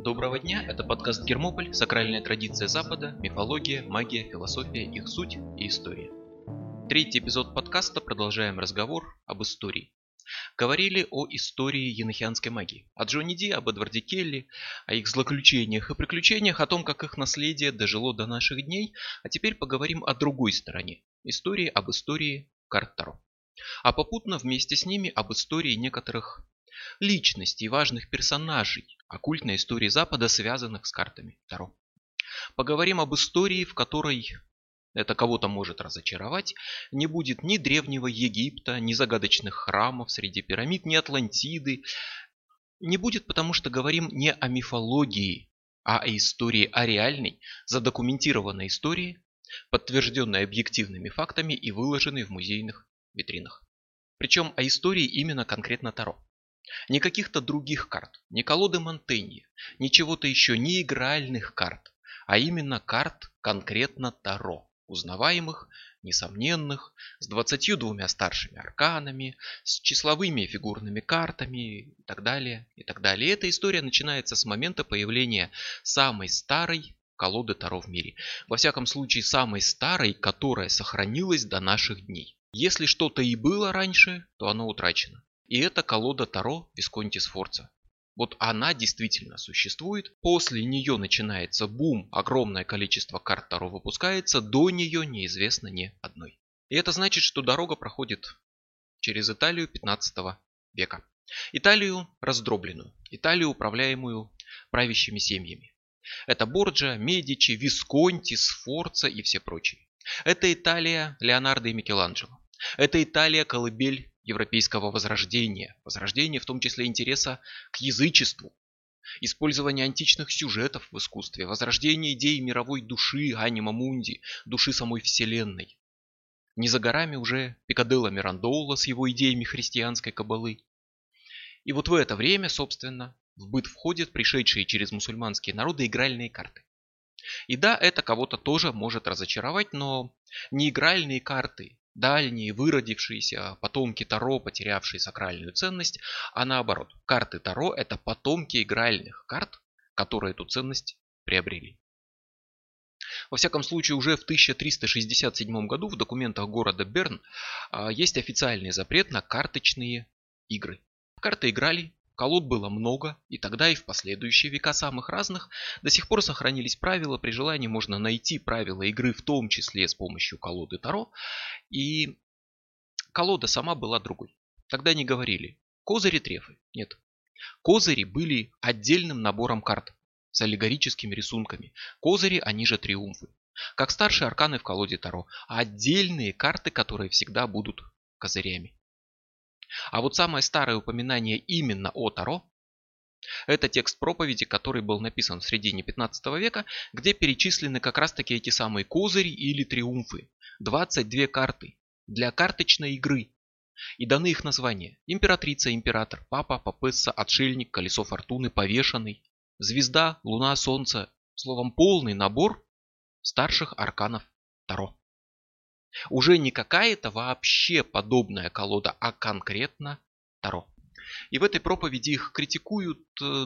Доброго дня, это подкаст «Гермополь. Сакральная традиция Запада. Мифология, магия, философия, их суть и история». Третий эпизод подкаста, продолжаем разговор об истории. Говорили о истории енохианской магии. О Джонни Ди, об Эдварде Келли, о их злоключениях и приключениях, о том, как их наследие дожило до наших дней. А теперь поговорим о другой стороне. Об истории карт Таро. А попутно вместе с ними об истории некоторых личностей, важных персонажей оккультной истории Запада, связанных с картами Таро. Поговорим об истории, в которой, это кого-то может разочаровать, не будет ни древнего Египта, ни загадочных храмов среди пирамид, ни Атлантиды. Не будет, потому что говорим не о мифологии, а о истории, о реальной, задокументированной истории, подтвержденной объективными фактами и выложенной в музейных витринах. Причем о истории именно конкретно Таро. Ни каких-то других карт, ни колоды Монтенья, ни чего-то еще, ни игральных карт, а именно карт конкретно Таро, узнаваемых, несомненных, с 22 старшими арканами, с числовыми и фигурными картами и так далее, и так далее. И эта история начинается с момента появления самой старой колоды Таро в мире. Во всяком случае, самой старой, которая сохранилась до наших дней. Если что-то и было раньше, то оно утрачено. И это колода Таро Висконти Сфорца. Вот она действительно существует. После нее начинается бум, огромное количество карт Таро выпускается, до нее неизвестно ни одной. И это значит, что дорога проходит через Италию 15 века. Италию раздробленную, Италию, управляемую правящими семьями. Это Борджиа, Медичи, Висконти, Сфорца и все прочие. Это Италия Леонардо и Микеланджело. Это Италия колыбель европейского возрождения. Возрождение в том числе интереса к язычеству. Использование античных сюжетов в искусстве. Возрождение идеи мировой души, анима мунди, души самой вселенной. Не за горами уже Пикаделло Мирандола с его идеями христианской каббалы. И вот в это время, собственно, в быт входят пришедшие через мусульманские народы игральные карты. И да, это кого-то тоже может разочаровать, но не игральные карты, дальние, выродившиеся потомки Таро, потерявшие сакральную ценность, а наоборот. Карты Таро – это потомки игральных карт, которые эту ценность приобрели. Во всяком случае, уже в 1367 году в документах города Берн есть официальный запрет на карточные игры. Карты играли, колод было много, и тогда и в последующие века самых разных до сих пор сохранились правила. При желании можно найти правила игры, в том числе с помощью колоды Таро. И колода сама была другой. Тогда не говорили козыри, трефы. Нет. Козыри были отдельным набором карт с аллегорическими рисунками. Козыри, они же триумфы. Как старшие арканы в колоде Таро. А отдельные карты, которые всегда будут козырями. А вот самое старое упоминание именно о Таро – это текст проповеди, который был написан в середине 15 века, где перечислены как раз таки эти самые козыри или триумфы. 22 карты для карточной игры. И даны их названия: императрица, император, папа, папесса, отшельник, колесо фортуны, повешенный, звезда, луна, солнце. Словом, полный набор старших арканов Таро. Уже не какая-то вообще подобная колода, а конкретно Таро. И в этой проповеди их критикуют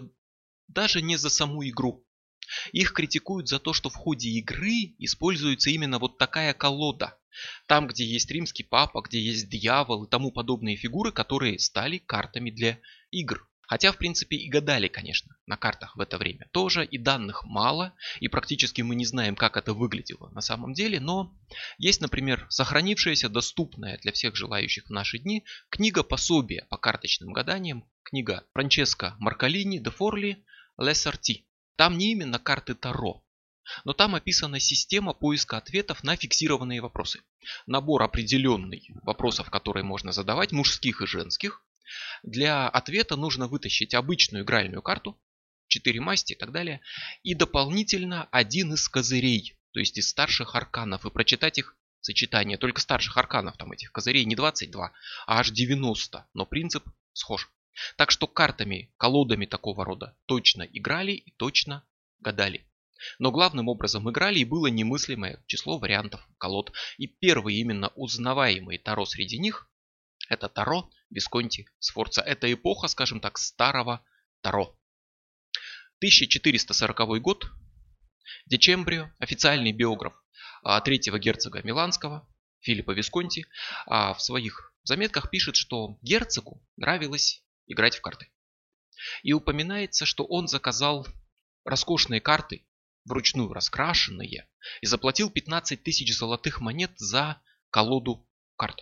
даже не за саму игру. Их критикуют за то, что в ходе игры используется именно вот такая колода. Там, где есть римский папа, где есть дьявол и тому подобные фигуры, которые стали картами для игр. Хотя, в принципе, и гадали, конечно, на картах в это время тоже, и данных мало, и практически мы не знаем, как это выглядело на самом деле, но есть, например, сохранившаяся, доступная для всех желающих в наши дни книга-пособие по карточным гаданиям, книга Франческо Марколини де Форли Лессарти. Там не именно карты Таро, но там описана система поиска ответов на фиксированные вопросы. Набор определенный вопросов, которые можно задавать, мужских и женских. Для ответа нужно вытащить обычную игральную карту, 4 масти и так далее, и дополнительно один из козырей, то есть из старших арканов, и прочитать их сочетание. Только старших арканов, там этих козырей не 22, а аж 90, но принцип схож. Так что картами, колодами такого рода точно играли и точно гадали. Но главным образом играли, и было немыслимое число вариантов колод. И первые именно узнаваемые Таро среди них — это Таро Висконти Сфорца. Это эпоха, скажем так, старого Таро. 1440 год. Дечембрио, официальный биограф третьего герцога Миланского, Филиппа Висконти, в своих заметках пишет, что герцогу нравилось играть в карты. И упоминается, что он заказал роскошные карты, вручную раскрашенные, и заплатил 15 тысяч золотых монет за колоду карт.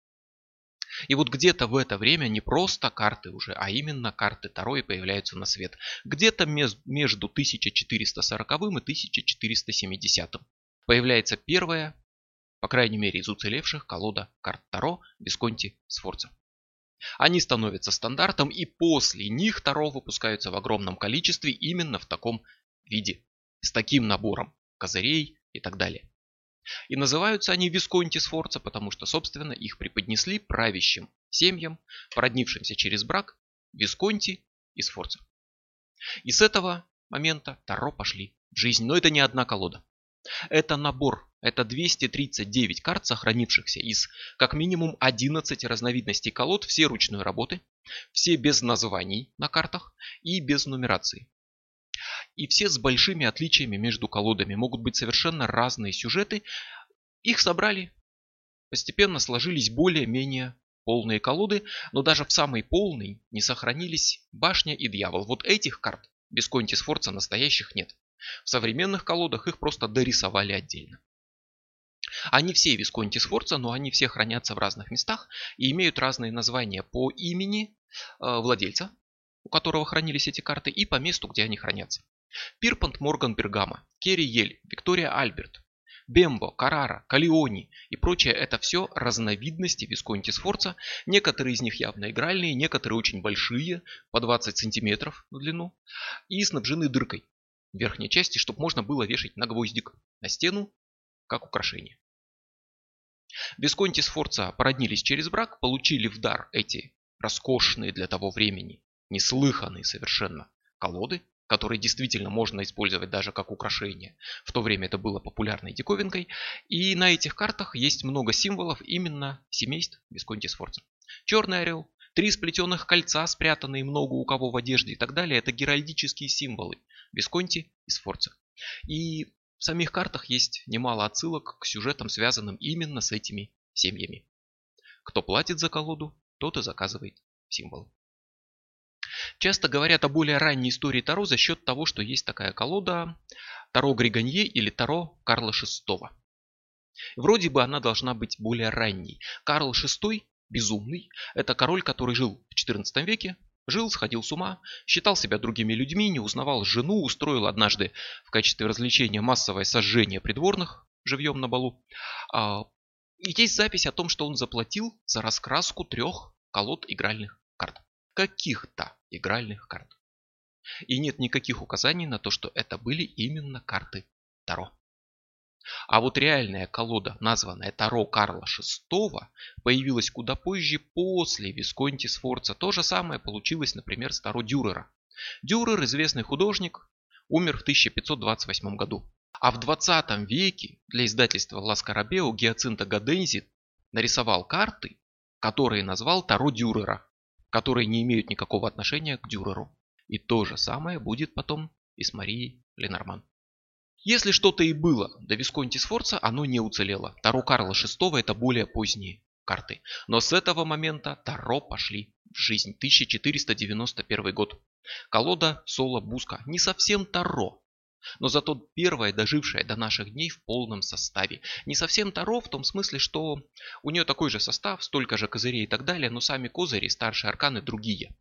И вот где-то в это время не просто карты уже, а именно карты Таро и появляются на свет. Где-то между 1440 и 1470 появляется первая, по крайней мере из уцелевших, колода карт Таро Висконти Сфорца. Они становятся стандартом, и после них Таро выпускаются в огромном количестве именно в таком виде, с таким набором козырей и так далее. И называются они Висконти Сфорца, потому что, собственно, их преподнесли правящим семьям, породнившимся через брак, Висконти и Сфорца. И с этого момента Таро пошли в жизнь. Но это не одна колода. Это набор, это 239 карт, сохранившихся из как минимум 11 разновидностей колод, все ручной работы, все без названий на картах и без нумерации. И все с большими отличиями между колодами. Могут быть совершенно разные сюжеты. Их собрали, постепенно сложились более-менее полные колоды, но даже в самой полной не сохранились башня и дьявол. Вот этих карт Висконти Сфорца настоящих нет. В современных колодах их просто дорисовали отдельно. Они все Висконти Сфорца, но они все хранятся в разных местах и имеют разные названия по имени владельца, у которого хранились эти карты, и по месту, где они хранятся. Пирпант Морган Бергама, Керри Ель, Виктория Альберт, Бембо, Каррара, Каллиони и прочее — это все разновидности Висконти Сфорца. Некоторые из них явно игральные, некоторые очень большие, по 20 сантиметров в длину, и снабжены дыркой в верхней части, чтобы можно было вешать на гвоздик на стену, как украшение. Висконти Сфорца породнились через брак, получили в дар эти роскошные для того времени, неслыханные совершенно колоды, которые действительно можно использовать даже как украшение. В то время это было популярной диковинкой. И на этих картах есть много символов именно семейств Висконти Сфорца. Черный орел, 3 сплетенных кольца, спрятанные много у кого в одежде и так далее. Это геральдические символы Висконти и Сфорца. И в самих картах есть немало отсылок к сюжетам, связанным именно с этими семьями. Кто платит за колоду, тот и заказывает символы. Часто говорят о более ранней истории Таро за счет того, что есть такая колода Таро Григанье или Таро Карла VI. Вроде бы она должна быть более ранней. Карл VI, безумный, это король, который жил в XIV веке, жил, сходил с ума, считал себя другими людьми, не узнавал жену, устроил однажды в качестве развлечения массовое сожжение придворных живьем на балу. И есть запись о том, что он заплатил за раскраску 3 колод игральных карт. Каких-то игральных карт. И нет никаких указаний на то, что это были именно карты Таро. А вот реальная колода, названная Таро Карла VI, появилась куда позже, после Висконти Сфорца. То же самое получилось, например, с Таро Дюрера. Дюрер, известный художник, умер в 1528 году. А в 20 веке для издательства Ла Скарабео Гиацинто Гадензи нарисовал карты, которые назвал Таро Дюрера, которые не имеют никакого отношения к Дюреру. И то же самое будет потом и с Марией Ленорман. Если что-то и было до Висконти Сфорца, оно не уцелело. Таро Карла VI это более поздние карты. Но с этого момента Таро пошли в жизнь. 1491 год. Колода Соло Буска. Не совсем Таро, но зато первая, дожившая до наших дней в полном составе. Не совсем Таро в том смысле, что у нее такой же состав, столько же козырей и так далее, но сами козыри, старшие арканы другие.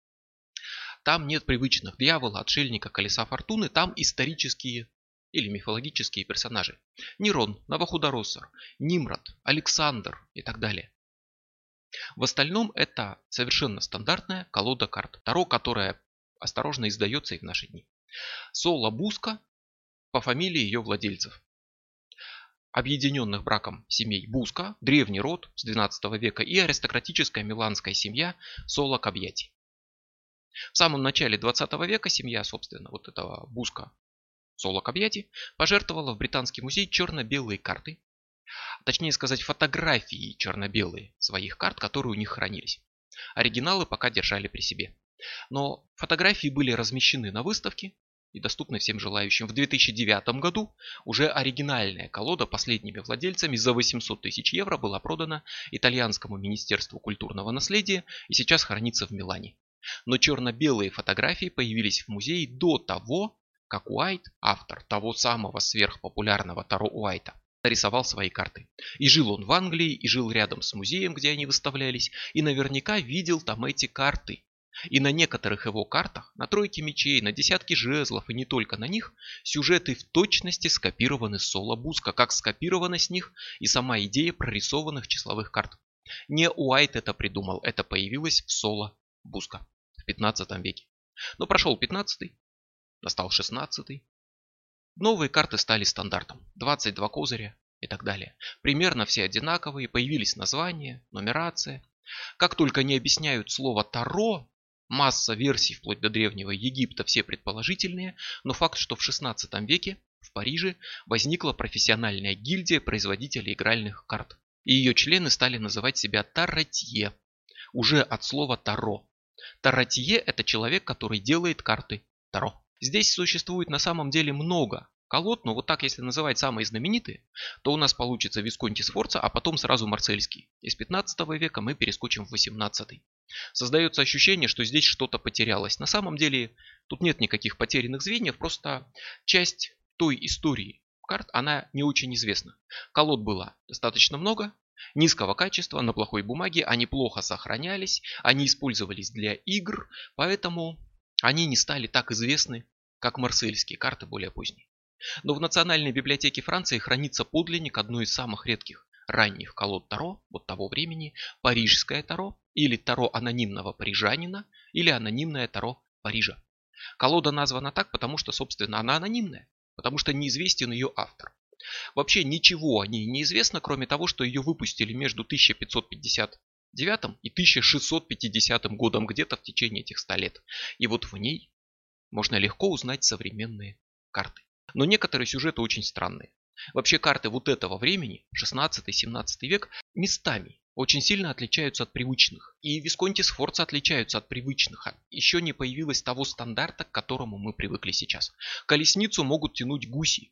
Там нет привычных дьявола, отшельника, колеса фортуны, там исторические или мифологические персонажи. Нерон, Навуходоносор, Нимрод, Александр и так далее. В остальном это совершенно стандартная колода карт Таро, которая осторожно издается и в наши дни. Соло Буска по фамилии ее владельцев. Объединенных браком семей Буска, древний род с XII века и аристократическая миланская семья Соло Кабьяти. В самом начале 20 века семья, собственно, вот этого Буска Соло Кабьяти пожертвовала в Британский музей черно-белые карты, точнее сказать фотографии черно-белые своих карт, которые у них хранились. Оригиналы пока держали при себе. Но фотографии были размещены на выставке и доступны всем желающим. В 2009 году уже оригинальная колода последними владельцами за 800 тысяч евро была продана итальянскому министерству культурного наследия и сейчас хранится в Милане. Но черно-белые фотографии появились в музее до того, как Уайт, автор того самого сверхпопулярного Таро Уайта, нарисовал свои карты. И жил он в Англии, и жил рядом с музеем, где они выставлялись, и наверняка видел там эти карты. И на некоторых его картах, на тройке мечей, на десятке жезлов и не только на них, сюжеты в точности скопированы с Соло Буско, как скопирована с них и сама идея прорисованных числовых карт. Не Уайт это придумал, это появилось в Соло Буско в 15 веке. Но прошел 15-й, настал 16-й. Новые карты стали стандартом, 22 козыря и так далее. Примерно все одинаковые, появились названия, нумерация. Как только не объясняют слово «таро», масса версий вплоть до Древнего Египта, все предположительные, но факт, что в 16 веке в Париже возникла профессиональная гильдия производителей игральных карт. И ее члены стали называть себя таротье, уже от слова «таро». Таротье – это человек, который делает карты таро. Здесь существует на самом деле много колод, но вот так если называть самые знаменитые, то у нас получится Висконти Сфорца, а потом сразу Марсельский. Из 15 века мы перескочим в 18. Создается ощущение, что здесь что-то потерялось. На самом деле тут нет никаких потерянных звеньев, просто часть той истории карт, она не очень известна. Колод было достаточно много, низкого качества, на плохой бумаге, они плохо сохранялись, они использовались для игр, поэтому они не стали так известны, как марсельские карты более поздние. Но в Национальной библиотеке Франции хранится подлинник одной из самых редких ранних колод Таро, вот того времени, Парижское Таро, или Таро анонимного парижанина, или анонимное Таро Парижа. Колода названа так, потому что, собственно, она анонимная, потому что неизвестен ее автор. Вообще ничего о ней не известно, кроме того, что ее выпустили между 1559 и 1650 годом, где-то в течение этих 100 лет. И вот в ней можно легко узнать современные карты. Но некоторые сюжеты очень странные. Вообще карты вот этого времени, 16-17 век, местами очень сильно отличаются от привычных. И Висконти Сфорца отличаются от привычных. Еще не появилось того стандарта, к которому мы привыкли сейчас. Колесницу могут тянуть гуси.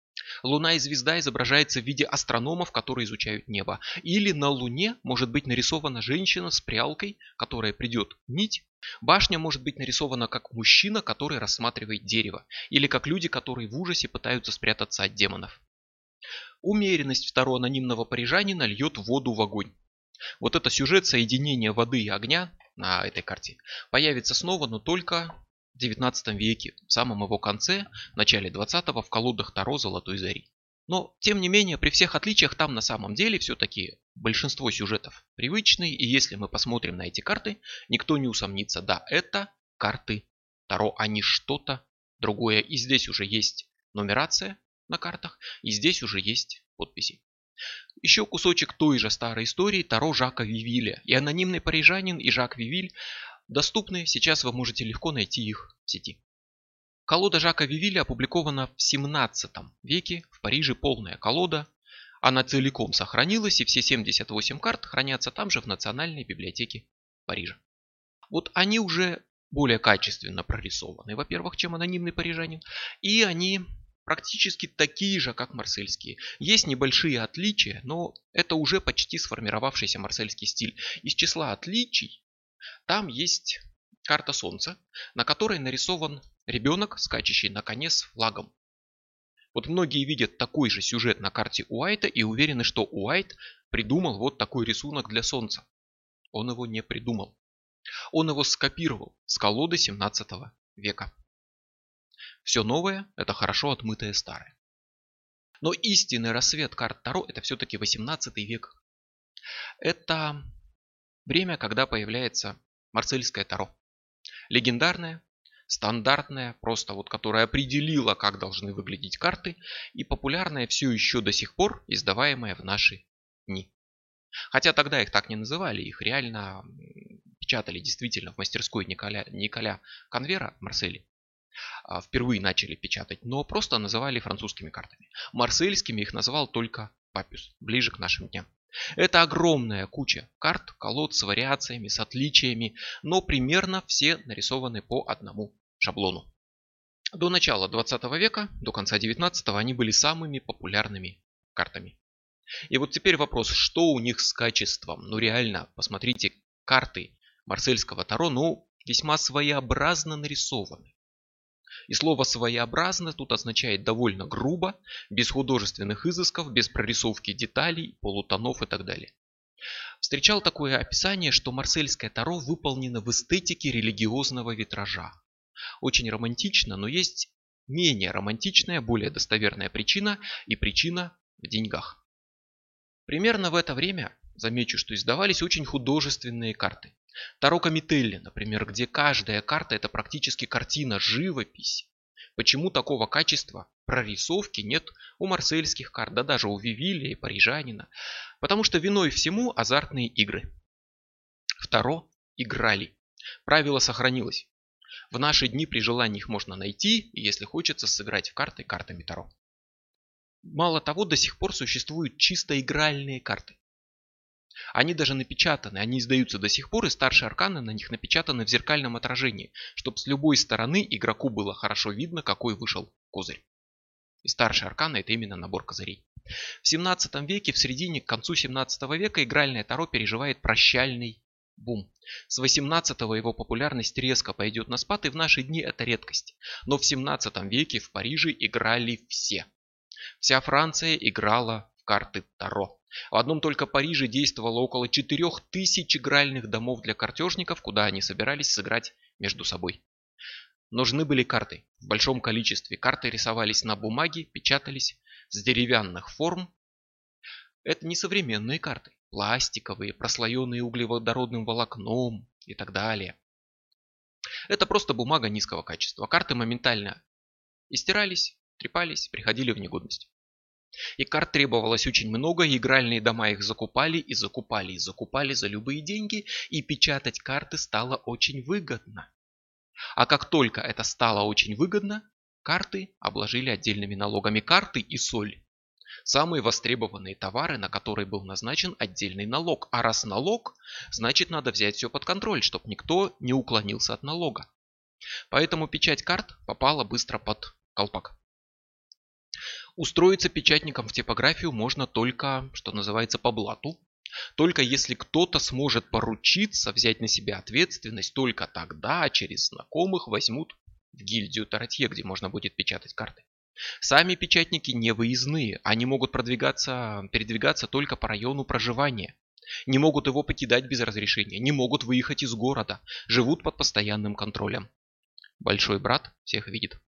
Луна и звезда изображается в виде астрономов, которые изучают небо. Или на Луне может быть нарисована женщина с прялкой, которая придет нить. Башня может быть нарисована как мужчина, который рассматривает дерево. Или как люди, которые в ужасе пытаются спрятаться от демонов. Умеренность второго анонимного парижанина льет воду в огонь. Вот это сюжет соединения воды и огня на этой карте появится снова, но только в 19 веке, в самом его конце, в начале 20-го, в колодах Таро Золотой Зари. Но, тем не менее, при всех отличиях там на самом деле все-таки большинство сюжетов привычные, и если мы посмотрим на эти карты, никто не усомнится, да, это карты Таро, а не что-то другое. И здесь уже есть нумерация на картах, и здесь уже есть подписи. Еще кусочек той же старой истории Таро Жака Вивиля. И анонимный парижанин, и Жак Вивиль доступны, сейчас вы можете легко найти их в сети. Колода Жака Вивиля опубликована в 17 веке, в Париже полная колода. Она целиком сохранилась, и все 78 карт хранятся там же в Национальной библиотеке Парижа. Вот они уже более качественно прорисованы, во-первых, чем анонимный парижанин, и они практически такие же, как марсельские. Есть небольшие отличия, но это уже почти сформировавшийся марсельский стиль. Из числа отличий там есть карта Солнца, на которой нарисован ребенок, скачущий на коне с флагом. Вот многие видят такой же сюжет на карте Уайта и уверены, что Уайт придумал вот такой рисунок для Солнца. Он его не придумал. Он его скопировал с колоды 17 века. Все новое – это хорошо отмытое старое. Но истинный рассвет карт Таро – это все-таки 18 век. Это время, когда появляется марсельское Таро. Легендарное, стандартное, просто вот которое определило, как должны выглядеть карты, и популярное все еще до сих пор, издаваемое в наши дни. Хотя тогда их так не называли, их реально печатали действительно в мастерской Николя Конвера в Марселе. Впервые начали печатать, но просто называли французскими картами. Марсельскими их назвал только Папюс, ближе к нашим дням. Это огромная куча карт, колод с вариациями, с отличиями, но примерно все нарисованы по одному шаблону. До начала 20 века, до конца 19 они были самыми популярными картами. И вот теперь вопрос, что у них с качеством? Ну реально, посмотрите, карты марсельского Таро, весьма своеобразно нарисованы. И слово «своеобразно» тут означает довольно грубо, без художественных изысков, без прорисовки деталей, полутонов и так далее. Встречал такое описание, что марсельское Таро выполнено в эстетике религиозного витража. Очень романтично, но есть менее романтичная, более достоверная причина, и причина в деньгах. Примерно в это время, замечу, что издавались очень художественные карты. Таро Комителли, например, где каждая карта это практически картина, живопись. Почему такого качества прорисовки нет у марсельских карт, да даже у Вивилля и Парижанина? Потому что виной всему азартные игры. В Таро играли. Правило сохранилось. В наши дни при желании их можно найти, и если хочется сыграть в карты картами Таро. Мало того, до сих пор существуют чисто игральные карты. Они даже напечатаны, они издаются до сих пор, и старшие арканы на них напечатаны в зеркальном отражении, чтобы с любой стороны игроку было хорошо видно, какой вышел козырь. И старшие арканы это именно набор козырей. В 17 веке, в середине, к концу 17 века игральное Таро переживает прощальный бум. С 18-го его популярность резко пойдет на спад, и в наши дни это редкость. Но в 17 веке в Париже играли все. Вся Франция играла в карты Таро. В одном только Париже действовало около 4000 игральных домов для картежников, куда они собирались сыграть между собой. Нужны были карты в большом количестве. Карты рисовались на бумаге, печатались с деревянных форм. Это не современные карты. Пластиковые, прослоенные углеводородным волокном и так далее. Это просто бумага низкого качества. Карты моментально истирались, трепались, приходили в негодность. И карт требовалось очень много, игральные дома их закупали и закупали, и закупали за любые деньги, и печатать карты стало очень выгодно. А как только это стало очень выгодно, карты обложили отдельными налогами. Карты и соль. Самые востребованные товары, на которые был назначен отдельный налог. А раз налог, значит надо взять все под контроль, чтобы никто не уклонился от налога. Поэтому печать карт попала быстро под колпак. Устроиться печатником в типографию можно только, что называется, по блату. Только если кто-то сможет поручиться, взять на себя ответственность, только тогда через знакомых возьмут в гильдию Таратье, где можно будет печатать карты. Сами печатники не выездные, они могут передвигаться только по району проживания. Не могут его покидать без разрешения, не могут выехать из города, живут под постоянным контролем. Большой брат всех видит.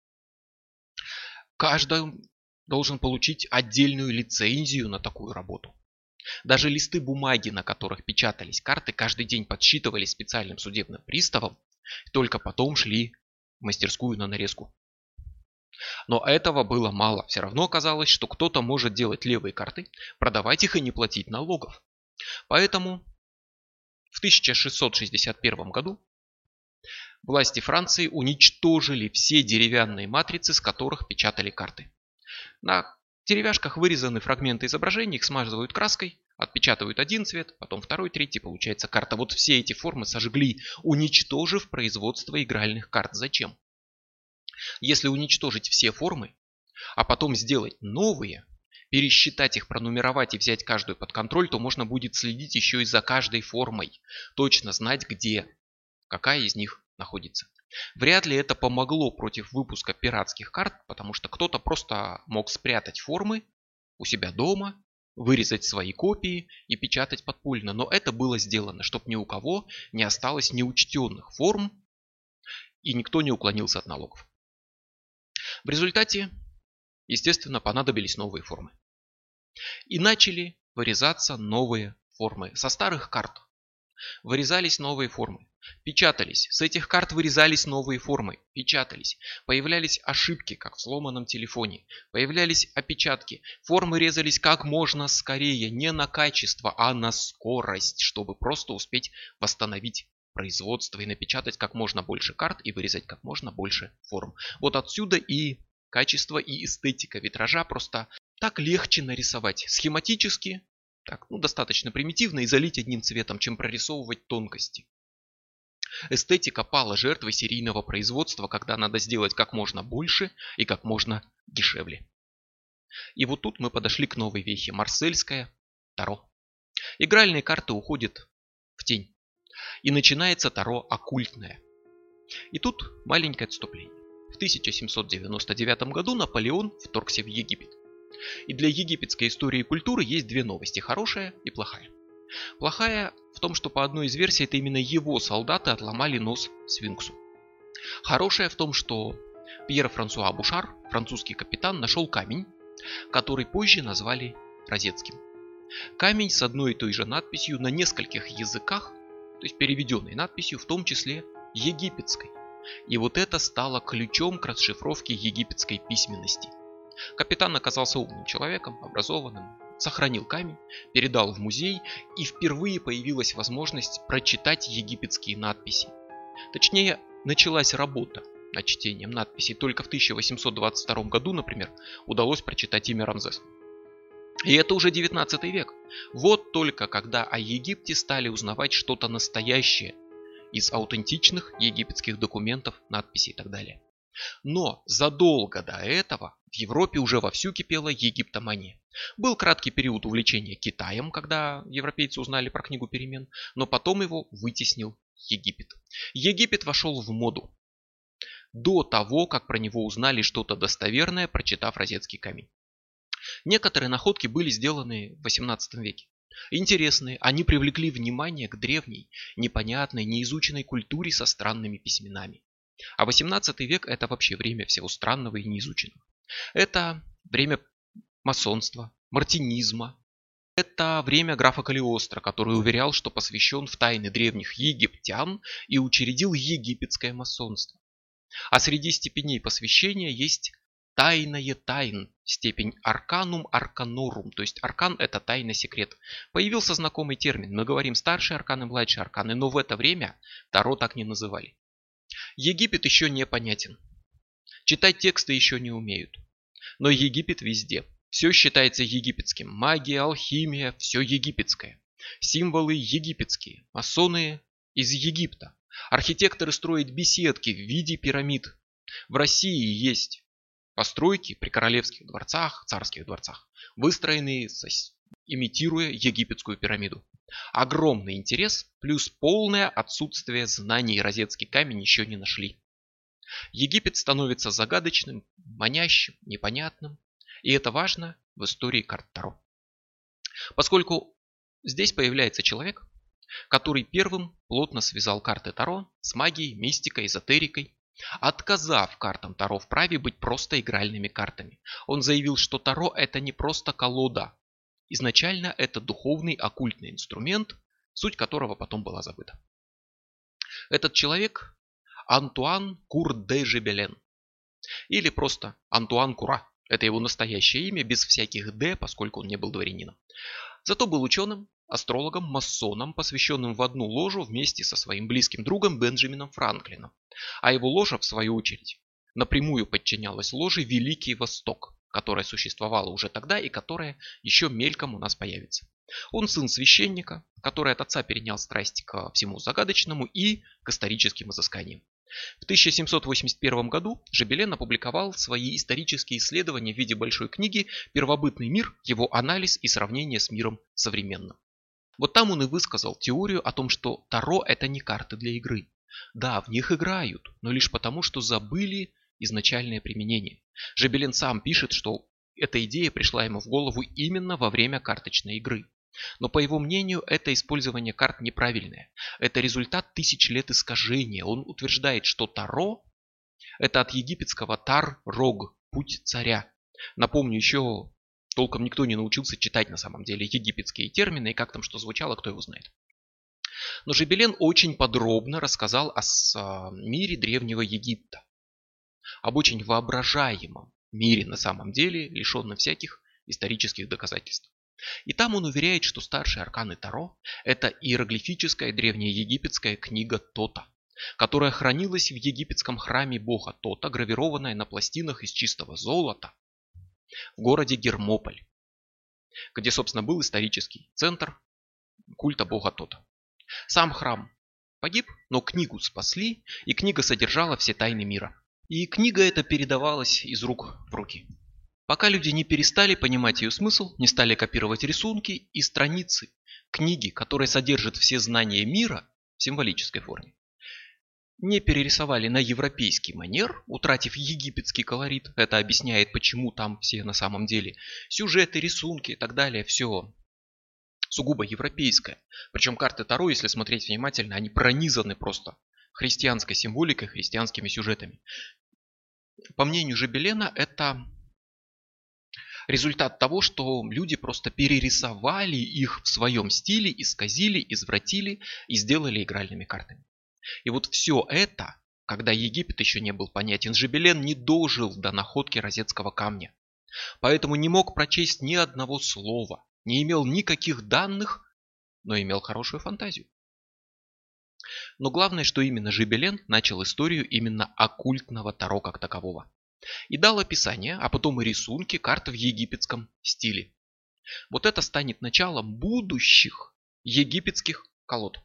Каждый должен получить отдельную лицензию на такую работу. Даже листы бумаги, на которых печатались карты, каждый день подсчитывались специальным судебным приставом, только потом шли в мастерскую на нарезку. Но этого было мало. Все равно оказалось, что кто-то может делать левые карты, продавать их и не платить налогов. Поэтому в 1661 году власти Франции уничтожили все деревянные матрицы, с которых печатали карты. На деревяшках вырезаны фрагменты изображений, их смазывают краской, отпечатывают один цвет, потом второй, третий, получается карта. Вот все эти формы сожгли, уничтожив производство игральных карт. Зачем? Если уничтожить все формы, а потом сделать новые, пересчитать их, пронумеровать и взять каждую под контроль, то можно будет следить еще и за каждой формой, точно знать, где, какая из них находится. Вряд ли это помогло против выпуска пиратских карт, потому что кто-то просто мог спрятать формы у себя дома, вырезать свои копии и печатать подпольно. Но это было сделано, чтобы ни у кого не осталось неучтенных форм и никто не уклонился от налогов. В результате, естественно, понадобились новые формы. И начали вырезаться новые формы. Со старых карт вырезались новые формы. Печатались. С этих карт вырезались новые формы. Печатались. Появлялись ошибки, как в сломанном телефоне. Появлялись опечатки. Формы резались как можно скорее. Не на качество, а на скорость, чтобы просто успеть восстановить производство и напечатать как можно больше карт и вырезать как можно больше форм. Вот отсюда и качество и эстетика витража. Просто так легче нарисовать. Схематически так, достаточно примитивно и залить одним цветом, чем прорисовывать тонкости. Эстетика пала жертвой серийного производства, когда надо сделать как можно больше и как можно дешевле. И вот тут мы подошли к новой вехе – марсельское таро. Игральные карты уходят в тень. И начинается таро оккультное. И тут маленькое отступление. В 1799 году Наполеон вторгся в Египет. И для египетской истории и культуры есть две новости – хорошая и плохая. Плохая в том, что по одной из версий это именно его солдаты отломали нос сфинксу. Хорошая в том, что Пьер-Франсуа Бушар, французский капитан, нашел камень, который позже назвали Розетским. Камень с одной и той же надписью на нескольких языках, то есть переведенной надписью, в том числе египетской. И вот это стало ключом к расшифровке египетской письменности. Капитан оказался умным человеком, образованным, сохранил камень, передал в музей, и впервые появилась возможность прочитать египетские надписи. Точнее, началась работа над чтением надписей. Только в 1822 году, например, удалось прочитать имя Рамзеса. И это уже 19 век. Вот только когда о Египте стали узнавать что-то настоящее из аутентичных египетских документов, надписей и так далее. Но задолго до этого в Европе уже вовсю кипела египтомания. Был краткий период увлечения Китаем, когда европейцы узнали про книгу перемен, но потом его вытеснил Египет. Египет вошел в моду до того, как про него узнали что-то достоверное, прочитав Розетский камень. Некоторые находки были сделаны в 18 веке. Интересные, они привлекли внимание к древней, непонятной, неизученной культуре со странными письменами. А 18 век – это вообще время всего странного и неизученного. Это время масонства, мартинизма. Это время графа Калиостро, который уверял, что посвящен в тайны древних египтян и учредил египетское масонство. А среди степеней посвящения есть тайное тайн, степень арканум арканорум, то есть аркан – это тайна, секрет. Появился знакомый термин, мы говорим старшие арканы, младшие арканы, но в это время таро так не называли. Египет еще непонятен. Читать тексты еще не умеют. Но Египет везде. Все считается египетским. Магия, алхимия, все египетское. Символы египетские. Масоны из Египта. Архитекторы строят беседки в виде пирамид. В России есть постройки при королевских дворцах, царских дворцах, выстроенные, имитируя египетскую пирамиду. Огромный интерес плюс полное отсутствие знаний Розетский камень еще не нашли. Египет становится загадочным, манящим, непонятным. И это важно в истории карт Таро. Поскольку здесь появляется человек, который первым плотно связал карты Таро с магией, мистикой, эзотерикой, отказав картам Таро в праве быть просто игральными картами. Он заявил, что Таро это не просто колода. Изначально это духовный оккультный инструмент, суть которого потом была забыта. Этот человек Антуан Кур де Жебелен. Или просто Антуан Кура. Это его настоящее имя, без всяких «д», поскольку он не был дворянином. Зато был ученым, астрологом, масоном, посвященным в одну ложу вместе со своим близким другом Бенджамином Франклином. А его ложа, в свою очередь, напрямую подчинялась ложе Великий Восток, которая существовала уже тогда и которая еще мельком у нас появится. Он сын священника, который от отца перенял страсть ко всему загадочному и к историческим изысканиям. В 1781 году Жебелен опубликовал свои исторические исследования в виде большой книги «Первобытный мир. Его анализ и сравнение с миром современным». Вот там он и высказал теорию о том, что Таро это не карты для игры. Да, в них играют, но лишь потому, что забыли изначальное применение. Жебелен сам пишет, что эта идея пришла ему в голову именно во время карточной игры. Но по его мнению, это использование карт неправильное. Это результат тысяч лет искажения. Он утверждает, что Таро это от египетского Тар-Рог, путь царя. Напомню, еще толком никто не научился читать на самом деле египетские термины, и как там что звучало, кто его знает. Но Жебелен очень подробно рассказал о мире Древнего Египта. Об очень воображаемом мире на самом деле, лишенном всяких исторических доказательств. И там он уверяет, что старшие арканы Таро – это иероглифическая древнеегипетская книга Тота, которая хранилась в египетском храме бога Тота, гравированная на пластинах из чистого золота в городе Гермополь. где, собственно, был исторический центр культа бога Тота. Сам храм погиб, но книгу спасли, и книга содержала все тайны мира. И книга эта передавалась из рук в руки. Пока люди не перестали понимать ее смысл, не стали копировать рисунки и страницы книги, которые содержат все знания мира в символической форме, не перерисовали на европейский манер, утратив египетский колорит. Это объясняет, почему там все на самом деле сюжеты, рисунки и так далее, все сугубо европейское. Причем карты Таро, если смотреть внимательно, они пронизаны просто христианской символикой, христианскими сюжетами. По мнению Жебелена, это результат того, что люди просто перерисовали их в своем стиле, исказили, извратили и сделали игральными картами. И вот все это, когда Египет еще не был понятен, Жебелен не дожил до находки розетского камня. Поэтому не мог прочесть ни одного слова, не имел никаких данных, но имел хорошую фантазию. Но главное, что именно Жебелен начал историю именно оккультного Таро как такового. И дал описание, а потом и рисунки карт в египетском стиле. Вот это станет началом будущих египетских колод.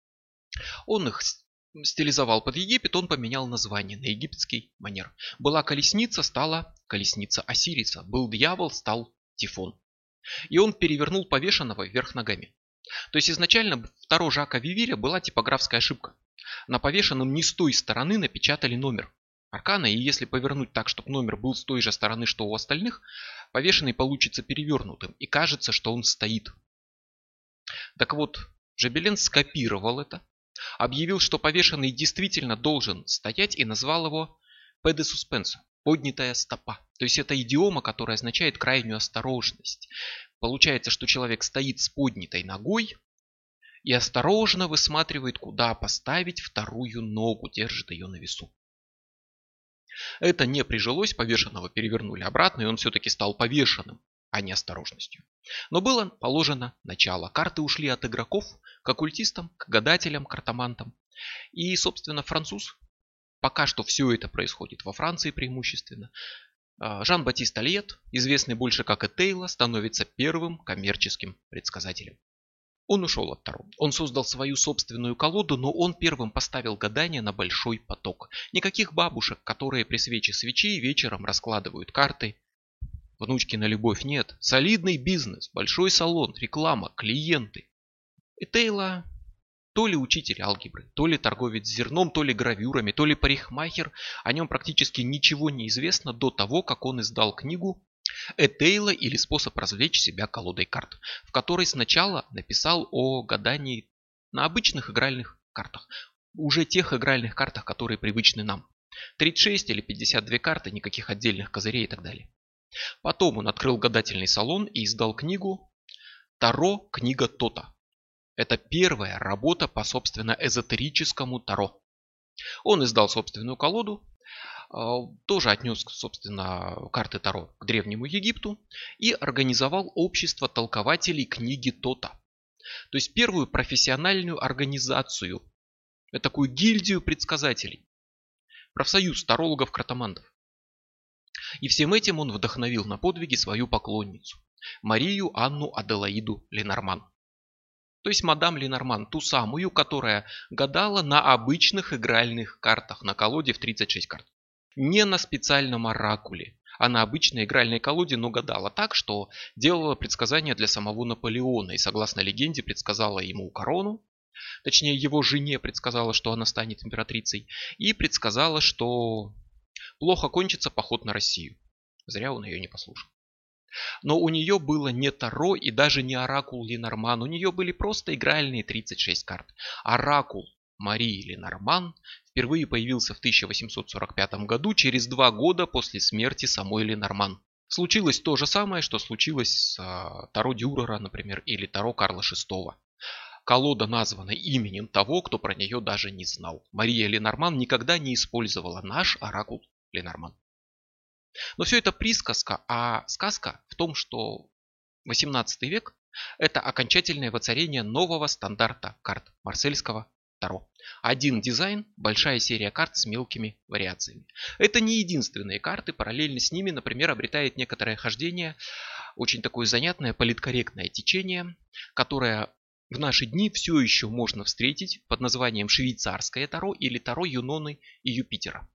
Он их стилизовал под Египет, он поменял название на египетский манер. Была колесница, стала колесница Осириса. Был дьявол, стал Тифон. И он перевернул повешенного вверх ногами. То есть изначально в Таро Жака Вивиля была типографская ошибка. На повешенном не с той стороны напечатали номер аркана, и если повернуть так, чтобы номер был с той же стороны, что у остальных, повешенный получится перевернутым, и кажется, что он стоит. Так вот, Жебелен скопировал это, объявил, что повешенный действительно должен стоять, и назвал его «педе суспенсо» – поднятая стопа. То есть это идиома, которая означает крайнюю осторожность. Получается, что человек стоит с поднятой ногой и осторожно высматривает, куда поставить вторую ногу, держит ее на весу. Это не прижилось, повешенного перевернули обратно, и он все-таки стал повешенным, а не осторожностью. Но было положено начало. Карты ушли от игроков к оккультистам, к гадателям, картомантам. И, собственно, француз, пока что все это происходит во Франции преимущественно, Жан-Батист Альет, известный больше как Этейла, становится первым коммерческим предсказателем. Он ушел от Таро. Он создал свою собственную колоду, но он первым поставил гадание на большой поток. Никаких бабушек, которые при свече свечей вечером раскладывают карты. Внучки на любовь нет. Солидный бизнес, большой салон, реклама, клиенты. Этейла то ли учитель алгебры, то ли торговец зерном, то ли гравюрами, то ли парикмахер. О нем практически ничего не известно до того, как он издал книгу Этейла или способ развлечь себя колодой карт, в которой сначала написал о гадании на обычных игральных картах. Уже тех игральных картах, которые привычны нам. 36 или 52 карты, никаких отдельных козырей и так далее. Потом он открыл гадательный салон и издал книгу «Таро. Книга Тота». Это первая работа по, собственно, эзотерическому Таро. Он издал собственную колоду, тоже отнес, собственно, карты Таро к Древнему Египту и организовал общество толкователей книги Тота. То есть первую профессиональную организацию, такую гильдию предсказателей, профсоюз тарологов-картомантов. И всем этим он вдохновил на подвиги свою поклонницу, Марию Анну Аделаиду Ленорман. То есть мадам Ленорман, ту самую, которая гадала на обычных игральных картах, на колоде в 36 карт. Не на специальном оракуле, а на обычной игральной колоде, но гадала так, что делала предсказания для самого Наполеона. И согласно легенде предсказала ему корону, точнее его жене предсказала, что она станет императрицей. И предсказала, что плохо кончится поход на Россию. Зря он ее не послушал. Но у нее было не Таро и даже не оракул Ленорман. У нее были просто игральные 36 карт. Оракул Марии Ленорман впервые появился в 1845 году, через 2 года после смерти самой Ленорман. Случилось то же самое, что случилось с Таро Дюрера, например, или Таро Карла VI. Колода названа именем того, кто про нее даже не знал. Мария Ленорман никогда не использовала наш оракул Ленорман. Но все это присказка, а сказка в том, что 18 век – это окончательное воцарение нового стандарта карт марсельского Таро. Один дизайн, большая серия карт с мелкими вариациями. Это не единственные карты, параллельно с ними, например, обретает некоторое хождение очень такое занятное политкорректное течение, которое в наши дни все еще можно встретить под названием швейцарское Таро или Таро Юноны и Юпитера.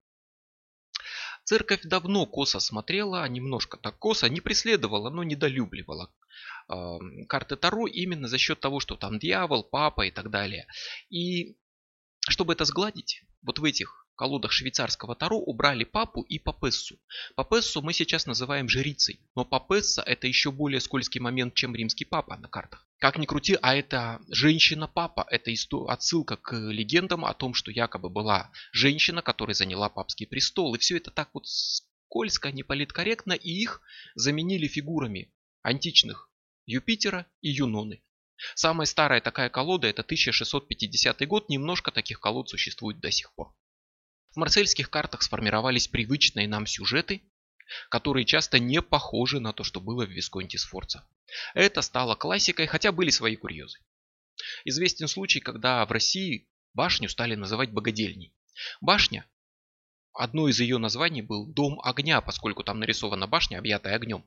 Церковь давно косо смотрела, немножко так косо, не преследовала, но недолюбливала карты Таро именно за счет того, что там дьявол, папа и так далее. И чтобы это сгладить, вот в этих колодах швейцарского Таро убрали папу и папессу. Папессу мы сейчас называем жрицей, но папесса это еще более скользкий момент, чем римский папа на картах. Как ни крути, а это женщина-папа, это отсылка к легендам о том, что якобы была женщина, которая заняла папский престол. И все это так вот скользко, неполиткорректно, и их заменили фигурами античных Юпитера и Юноны. Самая старая такая колода это 1650 год, немножко таких колод существует до сих пор. В марсельских картах сформировались привычные нам сюжеты, которые часто не похожи на то, что было в Висконти Сфорца. Это стало классикой, хотя были свои курьезы. Известен случай, когда в России башню стали называть богадельней. Башня, одно из ее названий был Дом огня, поскольку там нарисована башня, объятая огнем.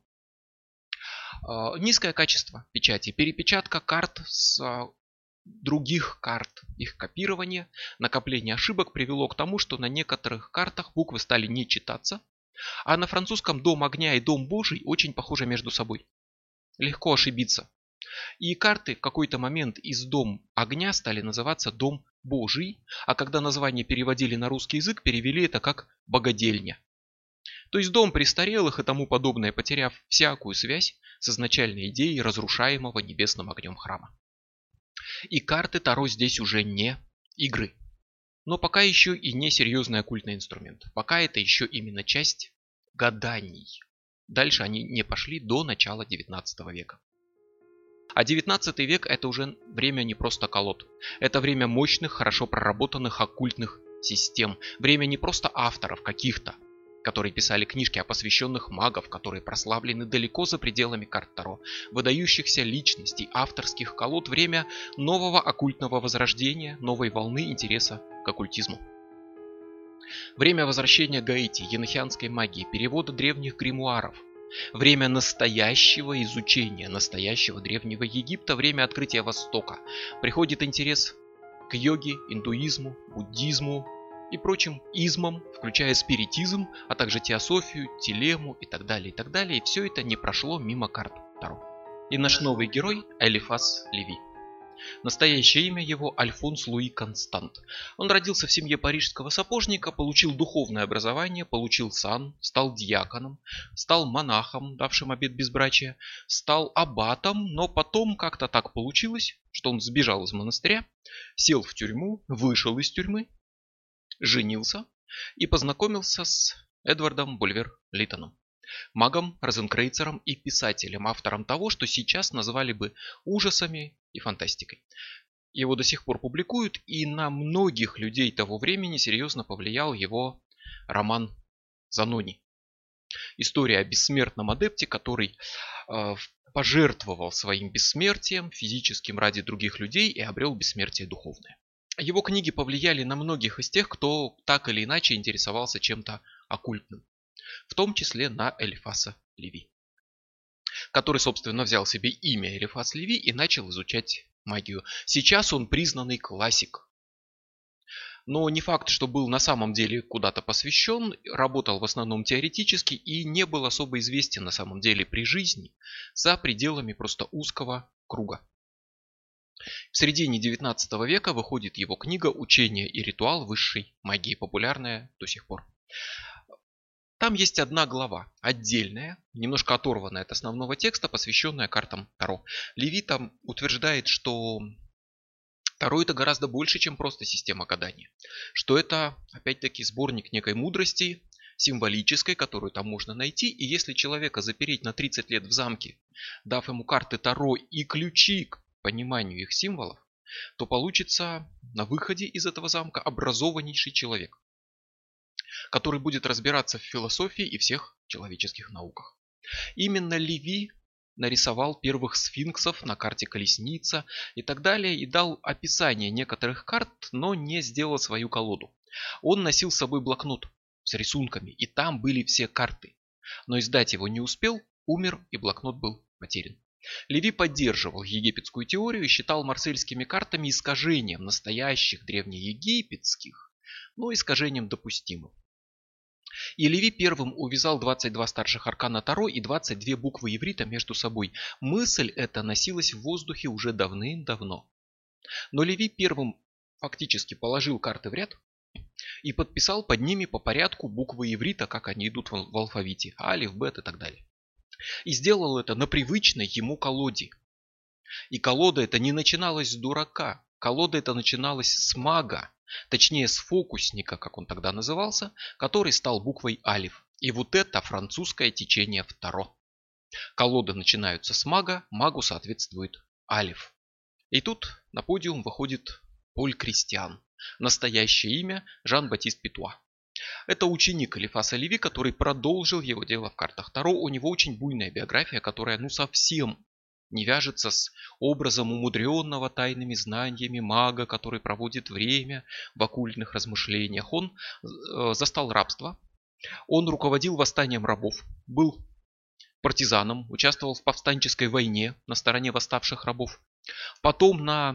Низкое качество печати, перепечатка карт с других карт, их копирование, накопление ошибок привело к тому, что на некоторых картах буквы стали не читаться, а на французском Дом огня и Дом Божий очень похожи между собой. Легко ошибиться. И карты в какой-то момент из Дом огня стали называться Дом Божий, а когда название переводили на русский язык, перевели это как богадельня. То есть дом престарелых и тому подобное, потеряв всякую связь с изначальной идеей разрушаемого небесным огнем храма. И карты Таро здесь уже не игры. Но пока еще и не серьезный оккультный инструмент. Пока это еще именно часть гаданий. Дальше они не пошли до начала 19 века. А 19 век это уже время не просто колод. Это время мощных, хорошо проработанных оккультных систем. Время не просто авторов каких-то, которые писали книжки о посвященных магов, которые прославлены далеко за пределами карт Таро, выдающихся личностей, авторских колод, время нового оккультного возрождения, новой волны интереса к оккультизму. Время возвращения Гаити, енохианской магии, перевода древних гримуаров, время настоящего изучения, настоящего древнего Египта, время открытия Востока. Приходит интерес к йоге, индуизму, буддизму и прочим измам, включая спиритизм, а также теософию, телему и так далее, и так далее. И все это не прошло мимо карт Таро. И наш новый герой Элифас Леви. Настоящее имя его Альфонс Луи Констант. Он родился в семье парижского сапожника, получил духовное образование, получил сан, стал диаконом, стал монахом, давшим обет безбрачия, стал аббатом, но потом как-то так получилось, что он сбежал из монастыря, сел в тюрьму, вышел из тюрьмы, женился и познакомился с Эдвардом Булвер-Литтоном, магом, розенкрейцером и писателем, автором того, что сейчас назвали бы ужасами и фантастикой. Его до сих пор публикуют, и на многих людей того времени серьезно повлиял его роман «Занони». История о бессмертном адепте, который пожертвовал своим бессмертием физическим ради других людей и обрел бессмертие духовное. Его книги повлияли на многих из тех, кто так или иначе интересовался чем-то оккультным, в том числе на Элифаса Леви, который, собственно, взял себе имя Элифас Леви и начал изучать магию. Сейчас он признанный классик. Но не факт, что был на самом деле куда-то посвящен, работал в основном теоретически и не был особо известен на самом деле при жизни за пределами просто узкого круга. В середине 19 века выходит его книга «Учение и ритуал высшей магии», популярная до сих пор. Там есть одна глава, отдельная, немножко оторванная от основного текста, посвященная картам Таро. Леви там утверждает, что Таро это гораздо больше, чем просто система гадания. Что это, опять-таки, сборник некой мудрости, символической, которую там можно найти. И если человека запереть на 30 лет в замке, дав ему карты Таро и ключи к пониманию их символов, то получится на выходе из этого замка образованнейший человек, который будет разбираться в философии и всех человеческих науках. Именно Леви нарисовал первых сфинксов на карте колесница и так далее, и дал описание некоторых карт, но не сделал свою колоду. Он носил с собой блокнот с рисунками, и там были все карты, но издать его не успел, умер и блокнот был потерян. Леви поддерживал египетскую теорию и считал марсельскими картами искажением настоящих древнеегипетских, но искажением допустимым. И Леви первым увязал 22 старших аркана Таро и 22 буквы иврита между собой. Мысль эта носилась в воздухе уже давным-давно. Но Леви первым фактически положил карты в ряд и подписал под ними по порядку буквы иврита, как они идут в алфавите. Алиф, бет и так далее. И сделал это на привычной ему колоде. И колода эта не начиналась с дурака. Колода эта начиналась с мага. Точнее с фокусника, как он тогда назывался, который стал буквой алиф. И вот это французское течение в Таро. Колоды начинаются с мага, магу соответствует алиф. И тут на подиум выходит Поль Кристиан. Настоящее имя Жан-Батист Петуа. Это ученик Элифаса Леви, который продолжил его дело в картах Таро. У него очень буйная биография, которая совсем не вяжется с образом умудренного тайными знаниями мага, который проводит время в оккультных размышлениях. Он застал рабство, он руководил восстанием рабов, был партизаном, участвовал в повстанческой войне на стороне восставших рабов. Потом на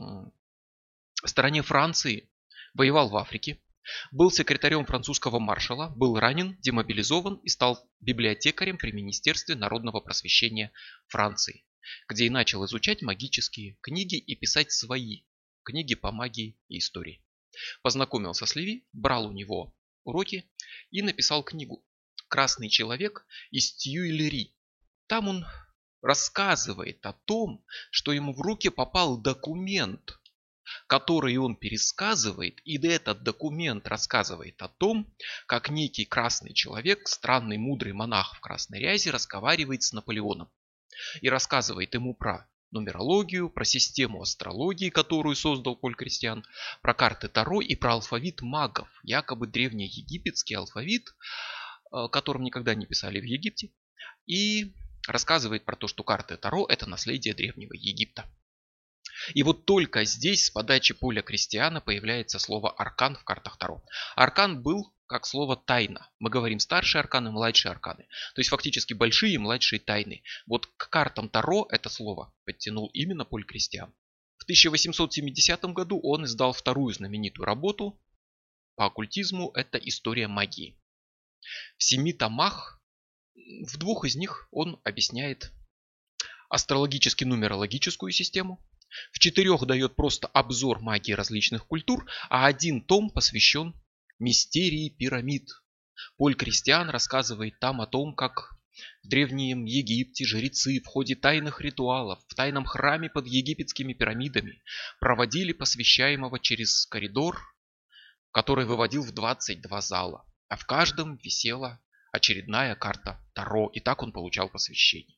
стороне Франции воевал в Африке. Был секретарем французского маршала, был ранен, демобилизован и стал библиотекарем при Министерстве народного просвещения Франции, где и начал изучать магические книги и писать свои книги по магии и истории. Познакомился с Леви, брал у него уроки и написал книгу «Красный человек из Тюильри». Там он рассказывает о том, что ему в руки попал документ, который он пересказывает, и этот документ рассказывает о том, как некий красный человек, странный мудрый монах в красной рясе, разговаривает с Наполеоном. И рассказывает ему про нумерологию, про систему астрологии, которую создал Поль Кристиан, про карты Таро и про алфавит магов. Якобы древнеегипетский алфавит, которым никогда не писали в Египте. И рассказывает про то, что карты Таро – это наследие древнего Египта. И вот только здесь с подачи Поля Кристиана появляется слово аркан в картах Таро. Аркан был как слово тайна. Мы говорим старшие арканы, младшие арканы. То есть фактически большие и младшие тайны. Вот к картам Таро это слово подтянул именно Поль Кристиан. В 1870 году он издал вторую знаменитую работу по оккультизму. Это «История магии». В 7 томах, в 2 из них он объясняет астрологически-нумерологическую систему. В 4 дает просто обзор магии различных культур, а 1 том посвящен мистерии пирамид. Поль Кристиан рассказывает там о том, как в Древнем Египте жрецы в ходе тайных ритуалов в тайном храме под египетскими пирамидами проводили посвящаемого через коридор, который выводил в 22 зала, а в каждом висела очередная карта Таро, и так он получал посвящение.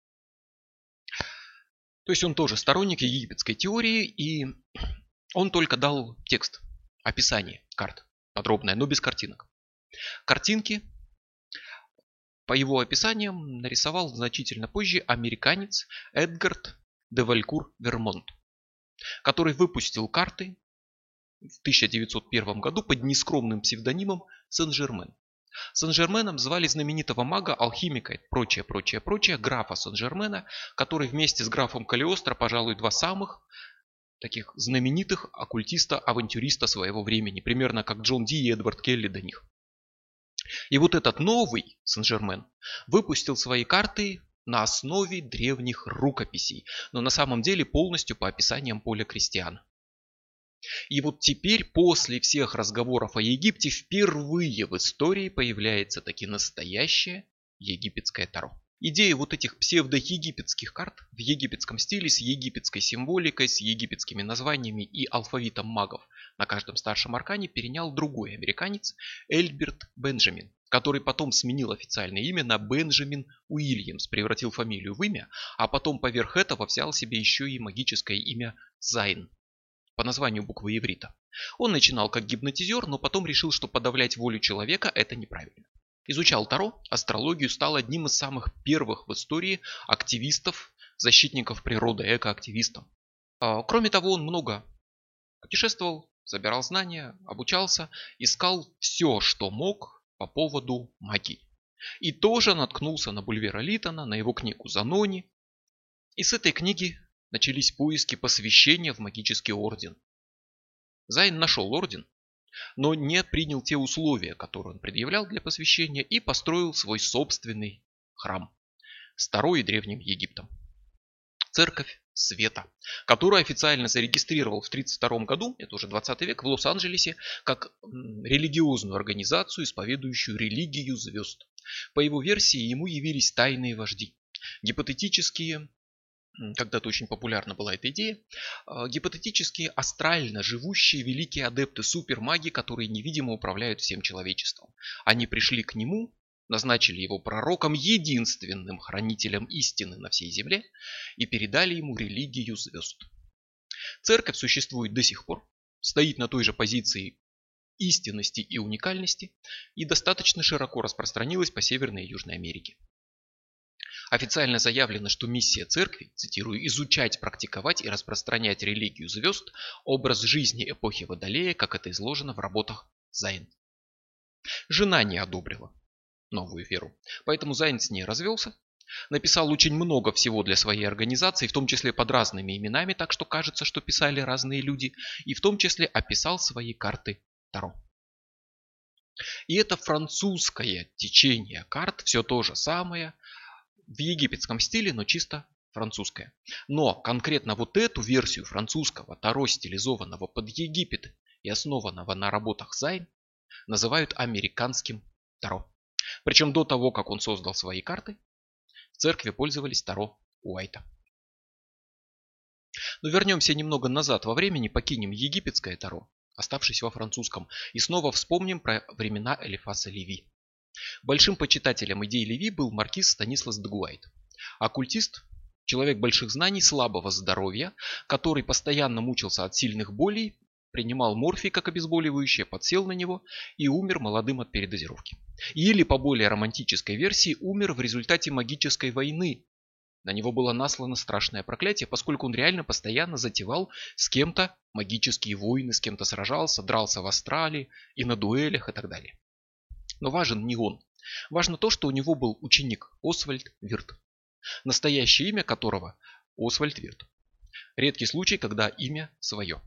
То есть он тоже сторонник египетской теории, и он только дал текст, описание карт, подробное, но без картинок. Картинки, по его описаниям, нарисовал значительно позже американец Эдгард де Валькур Вермонт, который выпустил карты в 1901 году под нескромным псевдонимом Сен-Жермен. Сен-Жерменом звали знаменитого мага, алхимика и прочее, графа Сен-Жермена, который вместе с графом Калиостро, пожалуй, 2 самых таких знаменитых оккультиста-авантюриста своего времени, примерно как Джон Ди и Эдвард Келли до них. И вот этот новый Сен-Жермен выпустил свои карты на основе древних рукописей, но на самом деле полностью по описаниям Поля Кристиана. И вот теперь, после всех разговоров о Египте, впервые в истории появляется таки настоящее египетское Таро. Идея вот этих псевдоегипетских карт в египетском стиле, с египетской символикой, с египетскими названиями и алфавитом магов на каждом старшем аркане перенял другой американец Эльберт Бенджамин, который потом сменил официальное имя на Бенджамин Уильямс, превратил фамилию в имя, а потом поверх этого взял себе еще и магическое имя Зайн по названию буквы иврита. Он начинал как гипнотизер, но потом решил, что подавлять волю человека это неправильно. Изучал Таро, астрологию, стал одним из самых первых в истории активистов, защитников природы, экоактивистов. Кроме того, он много путешествовал, собирал знания, обучался, искал все, что мог по поводу магии. И тоже наткнулся на Бульвера Литтона, на его книгу «Занони». И с этой книги начались поиски посвящения в магический орден. Зайн нашел орден, но не принял те условия, которые он предъявлял для посвящения, и построил свой собственный храм с Таро и Древним Египтом. Церковь Света, которую официально зарегистрировал в 1932 году, это уже 20 век, в Лос-Анджелесе, как религиозную организацию, исповедующую религию звезд. По его версии, ему явились тайные вожди, гипотетические, когда-то очень популярна была эта идея, гипотетические астрально живущие великие адепты супермаги, которые невидимо управляют всем человечеством. Они пришли к нему, назначили его пророком, единственным хранителем истины на всей земле, и передали ему религию звезд. Церковь существует до сих пор, стоит на той же позиции истинности и уникальности и достаточно широко распространилась по Северной и Южной Америке. Официально заявлено, что миссия церкви, цитирую, изучать, практиковать и распространять религию звезд, образ жизни эпохи Водолея, как это изложено в работах Зайн. Жена не одобрила новую веру, поэтому Зайн с ней развелся, написал очень много всего для своей организации, в том числе под разными именами, так что кажется, что писали разные люди, и в том числе описал свои карты Таро. И это французское течение карт, все то же самое, в египетском стиле, но чисто французское. Но конкретно вот эту версию французского Таро, стилизованного под Египет и основанного на работах Зайн, называют американским Таро. Причем до того, как он создал свои карты, в церкви пользовались Таро Уайта. Но вернемся немного назад во времени, покинем египетское Таро, оставшись во французском, и снова вспомним про времена Элифаса Леви. Большим почитателем идей Леви был маркиз Станислас де Гуайт. Оккультист, человек больших знаний, слабого здоровья, который постоянно мучился от сильных болей, принимал морфий как обезболивающее, подсел на него и умер молодым от передозировки. Или, по более романтической версии, умер в результате магической войны. На него было наслано страшное проклятие, поскольку он реально постоянно затевал с кем-то магические войны, с кем-то сражался, дрался в астрале и на дуэлях и так далее. Но важен не он. Важно то, что у него был ученик Освальд Вирт, настоящее имя которого Освальд Вирт. Редкий случай, когда имя свое.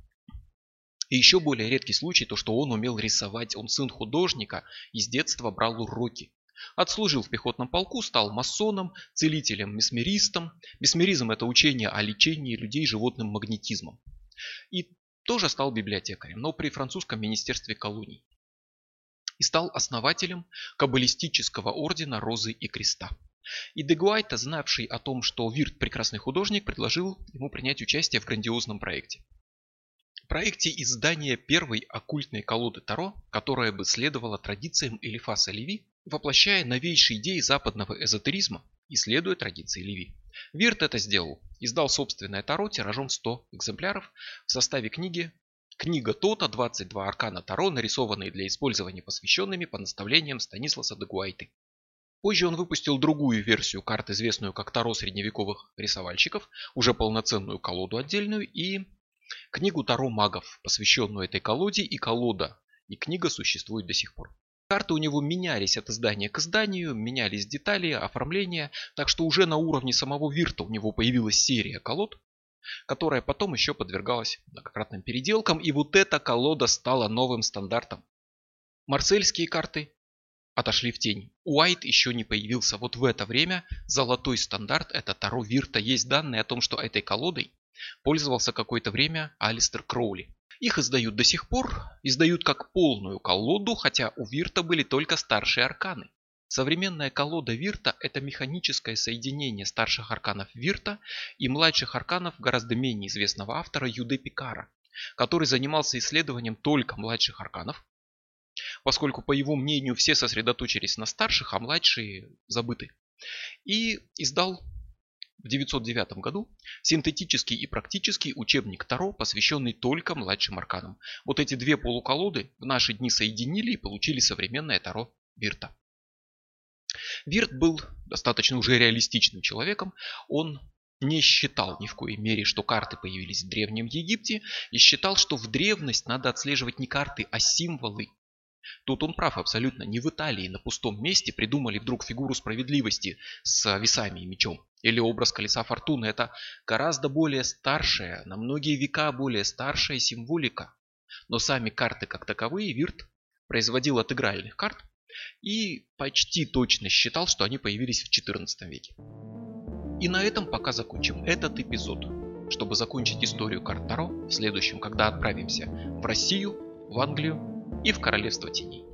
И еще более редкий случай, то что он умел рисовать. Он сын художника и с детства брал уроки. Отслужил в пехотном полку, стал масоном, целителем, месмеристом. Месмеризм — это учение о лечении людей животным магнетизмом. И тоже стал библиотекарем, но при французском министерстве колоний. И стал основателем каббалистического ордена Розы и Креста. И де Гуайта, знавший о том, что Вирт прекрасный художник, предложил ему принять участие в грандиозном проекте. В проекте издания первой оккультной колоды Таро, которая бы следовала традициям Элифаса Леви, воплощая новейшие идеи западного эзотеризма и следуя традиции Леви. Вирт это сделал. Издал собственное Таро тиражом 100 экземпляров в составе книги «Книга Тота. 22 аркана Таро, нарисованные для использования посвященными по наставлениям Станисласа де Гуайты». Позже он выпустил другую версию карт, известную как Таро средневековых рисовальщиков, уже полноценную колоду отдельную, и книгу Таро магов, посвященную этой колоде, и колода, и книга существует до сих пор. Карты у него менялись от издания к изданию, менялись детали, оформления, так что уже на уровне самого Вирта у него появилась серия колод, которая потом еще подвергалась многократным переделкам, и вот эта колода стала новым стандартом. Марсельские карты отошли в тень. Уайт еще не появился. Вот в это время золотой стандарт — это Таро Вирта. Есть данные о том, что этой колодой пользовался какое-то время Алистер Кроули. Их издают до сих пор, издают как полную колоду, хотя у Вирта были только старшие арканы. Современная колода Вирта — это механическое соединение старших арканов Вирта и младших арканов гораздо менее известного автора Юде Пикара, который занимался исследованием только младших арканов, поскольку, по его мнению, все сосредоточились на старших, а младшие забыты. И издал в 909 году синтетический и практический учебник Таро, посвященный только младшим арканам. Вот эти две полуколоды в наши дни соединили и получили современное Таро Вирта. Вирт был достаточно уже реалистичным человеком. Он не считал ни в коей мере, что карты появились в Древнем Египте, и считал, что в древность надо отслеживать не карты, а символы. Тут он прав абсолютно. Не в Италии на пустом месте придумали вдруг фигуру справедливости с весами и мечом. Или образ колеса фортуны. Это гораздо более старшая, на многие века более старшая символика. Но сами карты как таковые Вирт производил от игральных карт и почти точно считал, что они появились в XIV веке. И на этом пока закончим этот эпизод. Чтобы закончить историю карт Таро в следующем, когда отправимся в Россию, в Англию и в Королевство Теней.